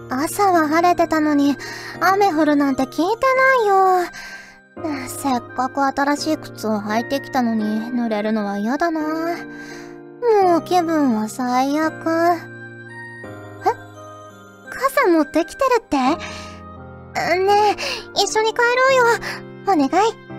朝は晴れてたのに、雨降るなんて聞いてないよ。せっかく新しい靴を履いてきたのに、濡れるのは嫌だな。もう気分は最悪。傘持ってきてるって？ねえ、一緒に帰ろうよ。お願い。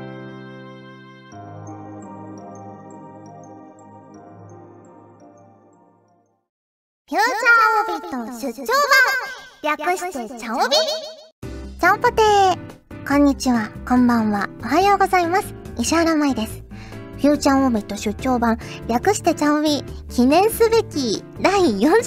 フューチャーオビット出張版、略してチャオビ。チャオポテー。こんにちは、こんばんは、おはようございます。石原舞です。フューチャーオビット出張版、略してチャオビ、記念すべき第40回です。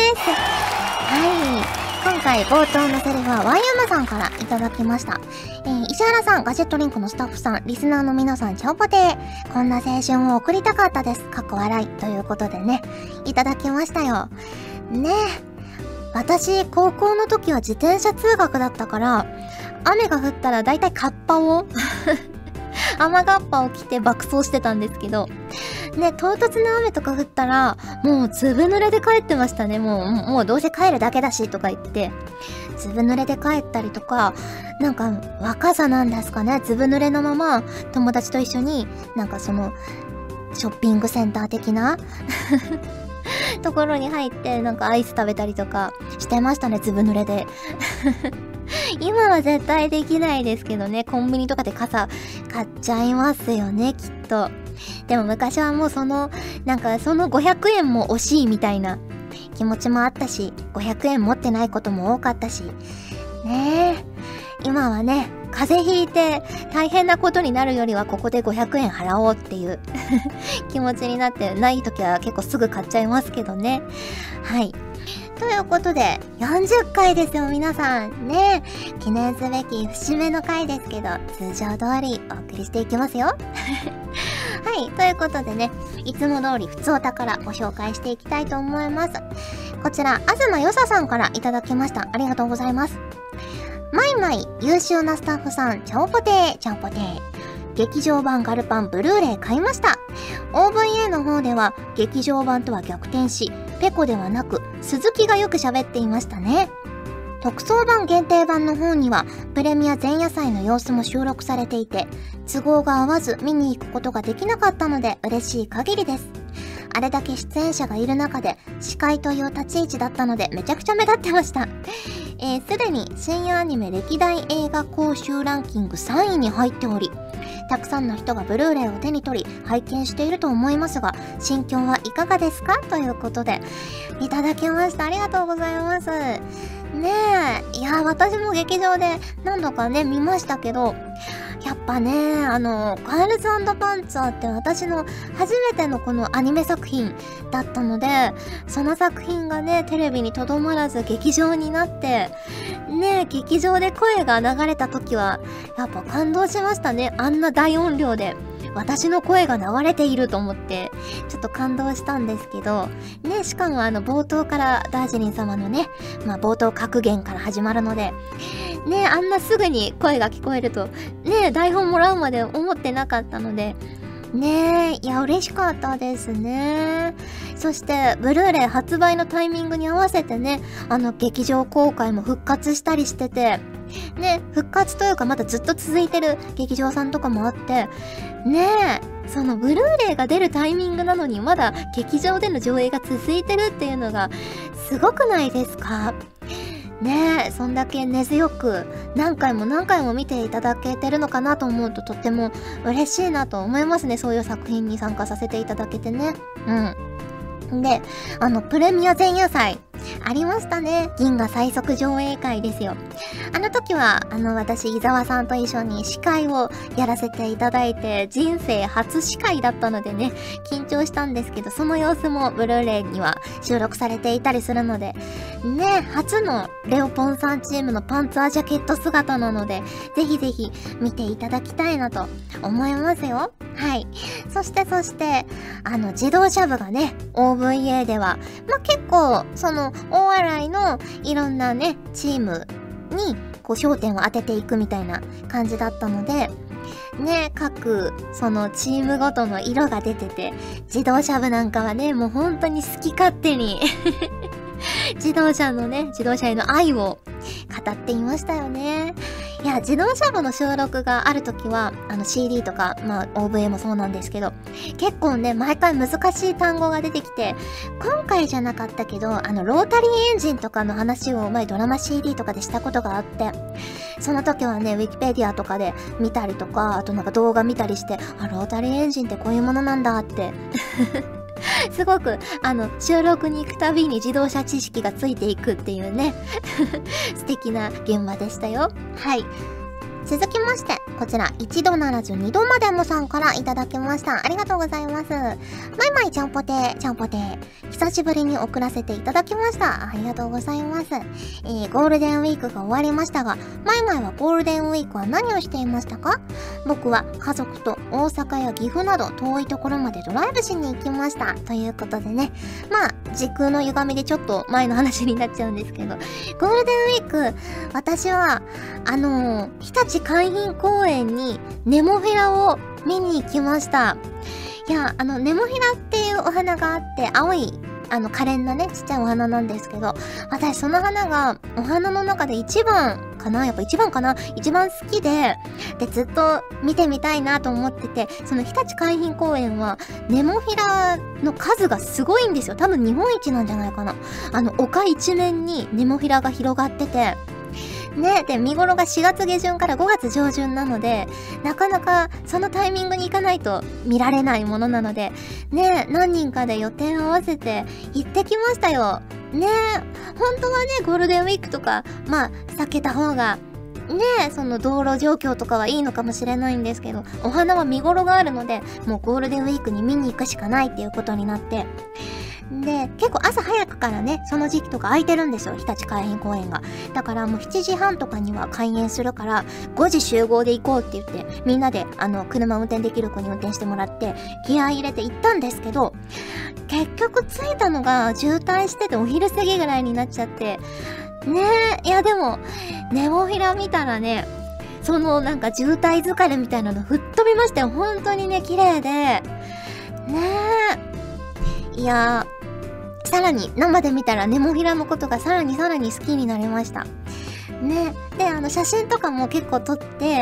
はい。今回冒頭のセリフは YM さんからいただきました。石原さん、ガジェットリンクのスタッフさん、リスナーの皆さん、チャオポテー。こんな青春を送りたかったです。かっこ笑い。ということでね、いただきましたよ。ねえ。私、高校の時は自転車通学だったから、雨が降ったらだいたいカッパを雨がっぱを着て爆走してたんですけど、ね、唐突な雨とか降ったら、もうずぶ濡れで帰ってましたね。もうどうせ帰るだけだし、とか言って、ずぶ濡れで帰ったりとか、なんか、若さなんですかね、ずぶ濡れのまま、友達と一緒に、なんかその、ショッピングセンター的なところに入って、なんかアイス食べたりとかしてましたね、ずぶ濡れで。今は絶対できないですけどね、コンビニとかで傘買っちゃいますよね、きっと。でも昔はもうなんかその500円も惜しいみたいな気持ちもあったし、500円持ってないことも多かったし。ねえ。今はね、風邪ひいて大変なことになるよりはここで500円払おうっていう気持ちになって、ない時は結構すぐ買っちゃいますけどね。はい。ということで、40回ですよ、皆さん。ね。記念すべき節目の回ですけど、通常通りお送りしていきますよ。はい。ということでね、いつも通りふつおたからご紹介していきたいと思います。こちら、東よささんからいただきました。ありがとうございます。マイマイ、優秀なスタッフさん、チャオポテー、チャオポテー。劇場版ガルパンブルーレイ買いました。OVA の方では劇場版とは逆転し、ペコではなく鈴木がよく喋っていましたね。特装版限定版の方にはプレミア前夜祭の様子も収録されていて、都合が合わず見に行くことができなかったので嬉しい限りです。あれだけ出演者がいる中で司会という立ち位置だったのでめちゃくちゃ目立ってました。すでに深夜アニメ歴代映画興収ランキング3位に入っており、たくさんの人がブルーレイを手に取り拝見していると思いますが、心境はいかがですか？ということでいただきました。ありがとうございます。ねえ、いや私も劇場で何度かね見ましたけど、やっぱねガールズ&パンツァーって私の初めてのこのアニメ作品だったので、その作品がねテレビにとどまらず劇場になってね、劇場で声が流れた時はやっぱ感動しましたね。あんな大音量で私の声が流れていると思ってちょっと感動したんですけどね。しかも冒頭からダージリン様のね、冒頭格言から始まるのでね、あんなすぐに声が聞こえるとね、台本もらうまで思ってなかったのでねえ、いや嬉しかったですね。そしてブルーレイ発売のタイミングに合わせてね、劇場公開も復活したりしててね、復活というかまだずっと続いてる劇場さんとかもあってねえ、そのブルーレイが出るタイミングなのにまだ劇場での上映が続いてるっていうのがすごくないですか？ねえ、そんだけ根強く何回も何回も見ていただけてるのかなと思うととっても嬉しいなと思いますね。そういう作品に参加させていただけてね。で、プレミア前夜祭ありましたね。銀河最速上映会ですよ。あの時は私伊沢さんと一緒に司会をやらせていただいて、人生初司会だったのでね緊張したんですけど、その様子もブルーレイには収録されていたりするのでね、初のレオポンさんチームのパンツァージャケット姿なのでぜひぜひ見ていただきたいなと思いますよ。はい。そして自動車部がね OVA では結構大洗のいろんなねチームにこう焦点を当てていくみたいな感じだったのでね、各そのチームごとの色が出てて、自動車部なんかはねもう本当に好き勝手に自動車への愛を語っていましたよね。いや、自動車部の収録があるときは、CD とか、OVA もそうなんですけど、結構ね、毎回難しい単語が出てきて、今回じゃなかったけど、ロータリーエンジンとかの話を前ドラマ CD とかでしたことがあって、その時はね、ウィキペディアとかで見たりとか、あとなんか動画見たりして、ロータリーエンジンってこういうものなんだって、すごく、収録に行くたびに自動車知識がついていくっていうね、素敵な現場でしたよ。はい。続きまして、こちら、一度ならず二度までもさんからいただきました。ありがとうございます。マイマイちゃんぽてー、ちゃんぽてー。久しぶりに送らせていただきました。ありがとうございます。ゴールデンウィークが終わりましたが、マイマイはゴールデンウィークは何をしていましたか？僕は家族と大阪や岐阜など遠いところまでドライブしに行きました。ということでね、時空の歪みでちょっと前の話になっちゃうんですけど、ゴールデンウィーク、私は、日立海浜公園にネモフィラを見に行きました。いや、ネモフィラっていうお花があって、青い、可憐なね、ちっちゃいお花なんですけど、私その花が、お花の中で一番好きで、ずっと見てみたいなと思ってて、その日立海浜公園は、ネモフィラの数がすごいんですよ。多分日本一なんじゃないかな。丘一面にネモフィラが広がってて、ね、で、見頃が4月下旬から5月上旬なので、なかなかそのタイミングに行かないと見られないものなので、ね、何人かで予定を合わせて行ってきましたよ。ね、本当はね、ゴールデンウィークとか、避けた方が、ね、その道路状況とかはいいのかもしれないんですけど、お花は見頃があるので、もうゴールデンウィークに見に行くしかないっていうことになって、で、結構朝早くからね、その時期とか空いてるんですよ、日立海浜公園が。だからもう7時半とかには開園するから、5時集合で行こうって言って、みんなで、車運転できる子に運転してもらって、気合い入れて行ったんですけど、結局着いたのが渋滞しててお昼過ぎぐらいになっちゃって、ねえ、いやでも、ネモフィラ見たらね、そのなんか渋滞疲れみたいなの吹っ飛びましたよ。本当にね、綺麗で。ねえ。いやー、さらに生で見たらネモフィラのことがさらに好きになりました。ね。で、写真とかも結構撮って、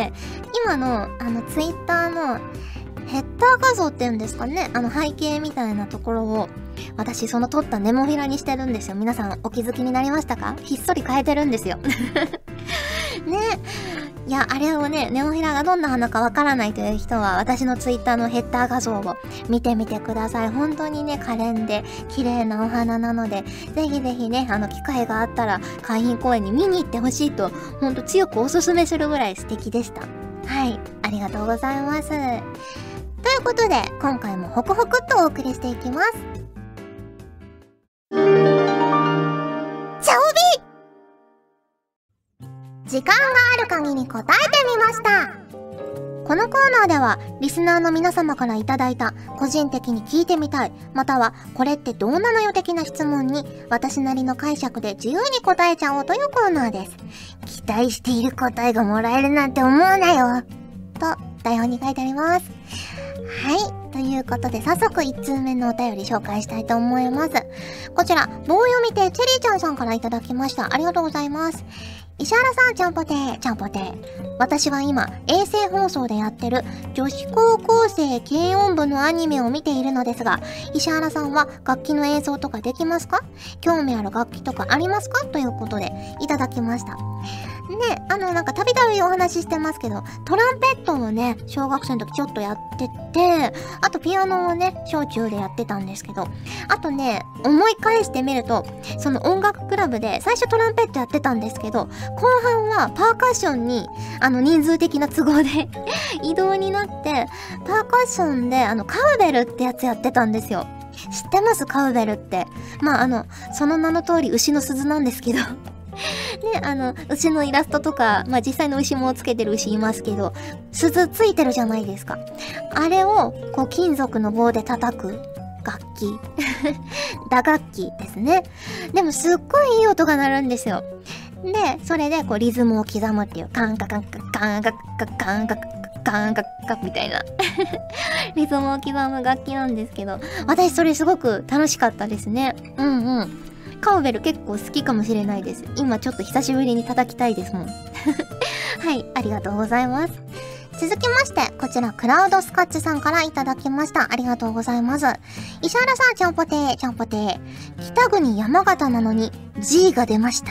今の、ツイッターのヘッダー画像って言うんですかね。背景みたいなところを、私その撮ったネモフィラにしてるんですよ。皆さんお気づきになりましたか？ひっそり変えてるんですよ。ね。いや、あれをね、ネモフィラがどんな花かわからないという人は、私のツイッターのヘッダー画像を見てみてください。本当にね、可憐で綺麗なお花なので、ぜひぜひね、機会があったら、海浜公園に見に行ってほしいと、ほんと強くおすすめするぐらい素敵でした。はい、ありがとうございます。ということで、今回もホクホクっとお送りしていきます。時間がある限り答えてみました。このコーナーではリスナーの皆様からいただいた個人的に聞いてみたい、またはこれってどうなのよ的な質問に私なりの解釈で自由に答えちゃおうというコーナーです。期待している答えがもらえるなんて思うなよと台本に書いてあります。はい。ということで、早速1通目のお便り紹介したいと思います。こちら、棒読み手チェリーちゃんさんからいただきました。ありがとうございます。石原さん、ちゃんぽてー、ちゃんぽてー。私は今、衛星放送でやってる女子高校生軽音部のアニメを見ているのですが、石原さんは楽器の演奏とかできますか？興味ある楽器とかありますか？ということで、いただきました。ね、なんかたびたびお話ししてますけど、トランペットをね、小学生の時ちょっとやってて、あとピアノをね、小中でやってたんですけど、あとね、思い返してみると、その音楽クラブで最初トランペットやってたんですけど、後半はパーカッションに、人数的な都合で移動になって、パーカッションで、カウベルってやつやってたんですよ。知ってます？カウベルって。その名の通り牛の鈴なんですけど。ね、牛のイラストとか、実際の牛もつけてる牛いますけど、鈴ついてるじゃないですか。あれを、金属の棒で叩く楽器。打楽器ですね。でも、すっごいいい音が鳴るんですよ。で、それで、リズムを刻むっていう、カンカカンカカンカカカンカカンカカみたいな。リズムを刻む楽器なんですけど、私それすごく楽しかったですね。うんうん。 カウベル結構好きかもしれないです。今ちょっと久しぶりに叩きたいですもん。はい、ありがとうございます。続きまして、こちらクラウドスカッチさんからいただきました。ありがとうございます。石原さん、ちゃんぽてー、ちゃんぽてー。北国山形なのに G が出ました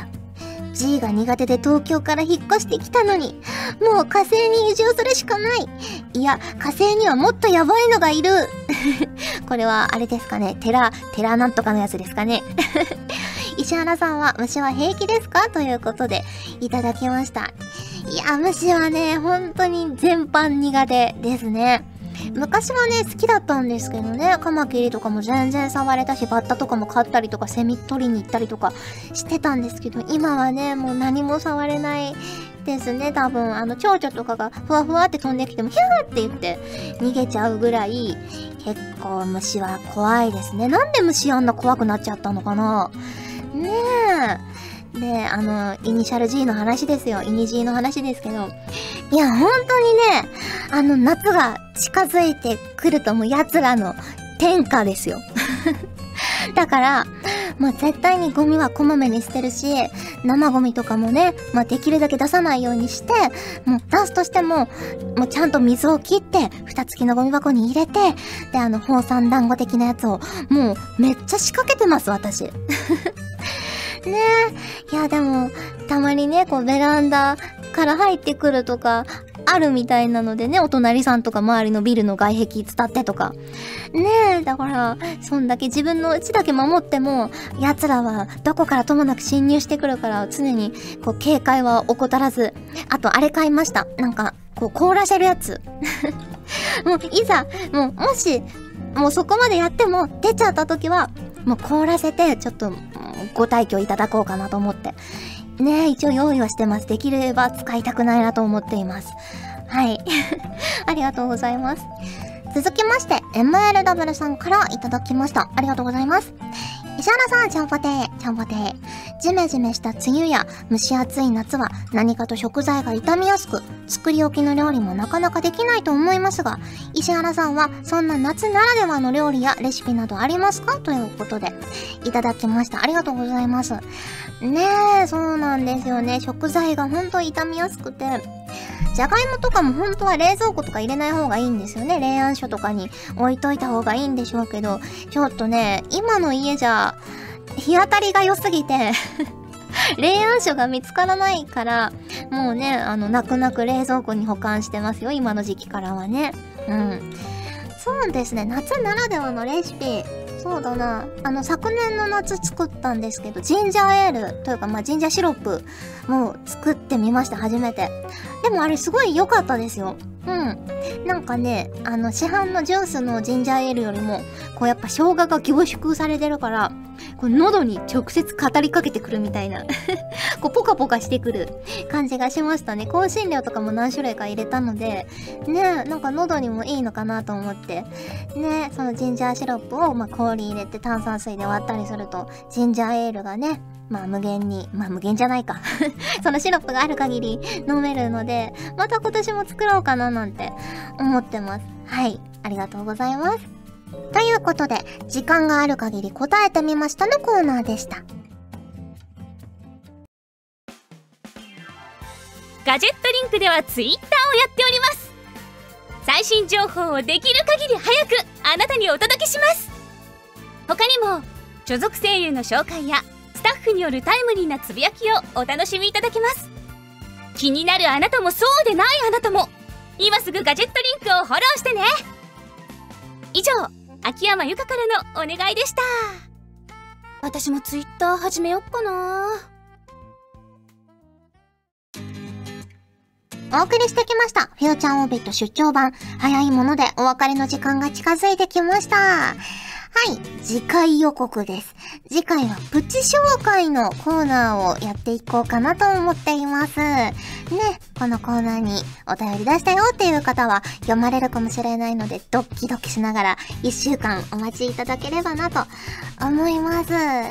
。G が苦手で東京から引っ越してきたのに、もう火星に移住するしかない。いや、火星にはもっとやばいのがいる。これはあれですかね、テラなんとかのやつですかね。石原さんは虫は平気ですかということでいただきました。いや、虫はね、本当に全般苦手ですね。昔はね、好きだったんですけどね、カマキリとかも全然触れたし、バッタとかも飼ったりとか、セミ取りに行ったりとかしてたんですけど、今はね、もう何も触れないですね。多分、蝶々とかがふわふわって飛んできても、ヒューって言って逃げちゃうぐらい、結構虫は怖いですね。なんで虫あんな怖くなっちゃったのかなねえ。で、イニシャル G の話ですよ。イニ G の話ですけど。いや、本当にね、夏が近づいてくるともう奴らの天下ですよ。だから、もう絶対にゴミはこまめに捨てるし、生ゴミとかもね、できるだけ出さないようにして、もう出すとしても、もうちゃんと水を切って、蓋付きのゴミ箱に入れて、で、放散団子的なやつを、もうめっちゃ仕掛けてます、私。ねえ。いや、でも、たまにね、こう、ベランダから入ってくるとか、あるみたいなのでね、お隣さんとか周りのビルの外壁伝ってとか。ねえ、だから、そんだけ自分の家だけ守っても、奴らはどこからともなく侵入してくるから、常に、こう、警戒は怠らず。あと、あれ買いました。なんか、こう、凍らせるやつ。もう、いざ、もし、もうそこまでやっても、出ちゃった時は、もう凍らせて、ちょっと、ご退去いただこうかなと思って。ねえ、一応用意はしてます。できれば使いたくないなと思っています。はい。ありがとうございます。続きまして、MLW さんからいただきました。ありがとうございます。石原さん、ちゃんぽてー、ちゃんぽてー。ジメジメした梅雨や蒸し暑い夏は何かと食材が傷みやすく、作り置きの料理もなかなかできないと思いますが、石原さんはそんな夏ならではの料理やレシピなどありますかということで、いただきました。ありがとうございます。ねえ、そうなんですよね。食材がほんと傷みやすくて、じゃがいもとかも本当は冷蔵庫とか入れない方がいいんですよね。冷暗所とかに置いといた方がいいんでしょうけど、ちょっとね、今の家じゃ、日当たりが良すぎて、冷暗所が見つからないから、もうね、泣く泣く冷蔵庫に保管してますよ。今の時期からはね。うん。そうですね、夏ならではのレシピ。そうだな。昨年の夏作ったんですけど、ジンジャーエールというか、ジンジャーシロップも作ってみました、初めて。でもあれすごい良かったですよ。うん。なんかね、市販のジュースのジンジャーエールよりも、こうやっぱ生姜が凝縮されてるから、こう喉に直接語りかけてくるみたいなこうポカポカしてくる感じがしましたね。香辛料とかも何種類か入れたので、ね、なんか喉にもいいのかなと思って、ね、そのジンジャーシロップを氷入れて炭酸水で割ったりすると、ジンジャーエールがね、無限に、無限じゃないか。そのシロップがある限り飲めるので、また今年も作ろうかななんて思ってます。はい。ありがとうございます。ということで、時間がある限り答えてみましたのコーナーでした。 ガジェットリンクではツイッターをやっております。最新情報をできる限り早くあなたにお届けします。他にも所属声優の紹介やスタッフによるタイムリーなつぶやきをお楽しみいただけます。気になるあなたもそうでないあなたも、今すぐガジェットリンクをフォローしてね。以上、秋山由佳からのお願いでした。私もツイッター始めよっかな。 お送りしてきました。フューチャーオービット出張版。早いものでお別れの時間が近づいてきました。はい、次回予告です。次回はプチ紹介のコーナーをやっていこうかなと思っています。ね、このコーナーにお便り出したよっていう方は読まれるかもしれないので、ドキドキしながら1週間お待ちいただければなと思います。はい、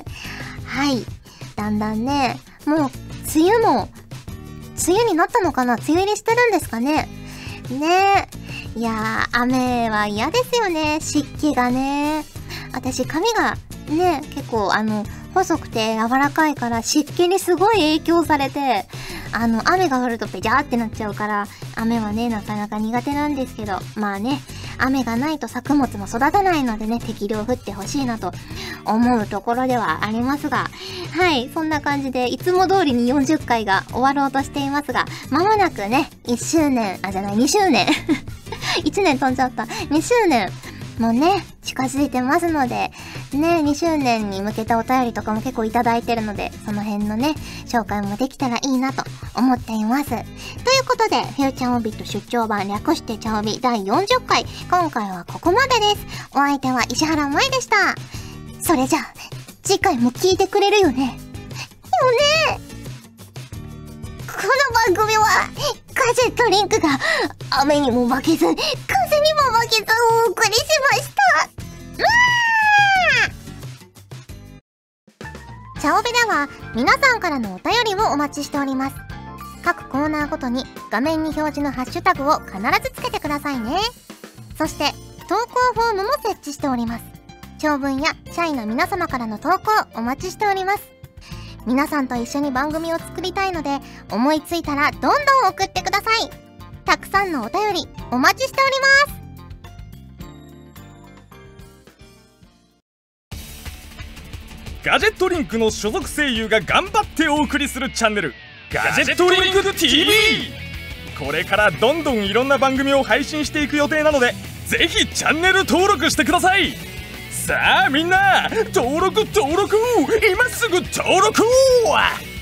だんだんね、もう梅雨になったのかな？梅雨入りしてるんですかね？ねえ。いやー、雨は嫌ですよね。湿気がね。私、髪がね、結構細くて柔らかいから湿気にすごい影響されて、雨が降るとペジャーってなっちゃうから、雨はね、なかなか苦手なんですけど、まあね、雨がないと作物も育たないのでね、適量降ってほしいなと思うところではありますが、はい、そんな感じで、いつも通りに40回が終わろうとしていますが、まもなくね、2周年。1年飛んじゃった。2周年もね、近づいてますので、ね、2周年に向けたお便りとかも結構いただいてるので、その辺のね、紹介もできたらいいなと思っています。ということで、フューチャーオビット出張版略してチャオビ第40回、今回はここまでです。お相手は石原舞でした。それじゃあ、次回も聞いてくれるよね。よね。この番組は、ガジェットリンクが雨にも負けず、風にも負けずお送りしました。チャオベでは皆さんからのお便りをお待ちしております。各コーナーごとに画面に表示のハッシュタグを必ずつけてくださいね。そして投稿フォームも設置しております。長文や社員の皆様からの投稿お待ちしております。皆さんと一緒に番組を作りたいので、思いついたらどんどん送ってください。たくさんのお便りお待ちしております。 ガジェットリンクの所属声優が頑張ってお送りするチャンネル、ガジェットリンク TV。 これからどんどんいろんな番組を配信していく予定なので、ぜひチャンネル登録してください。さあみんな、登録今すぐ登録。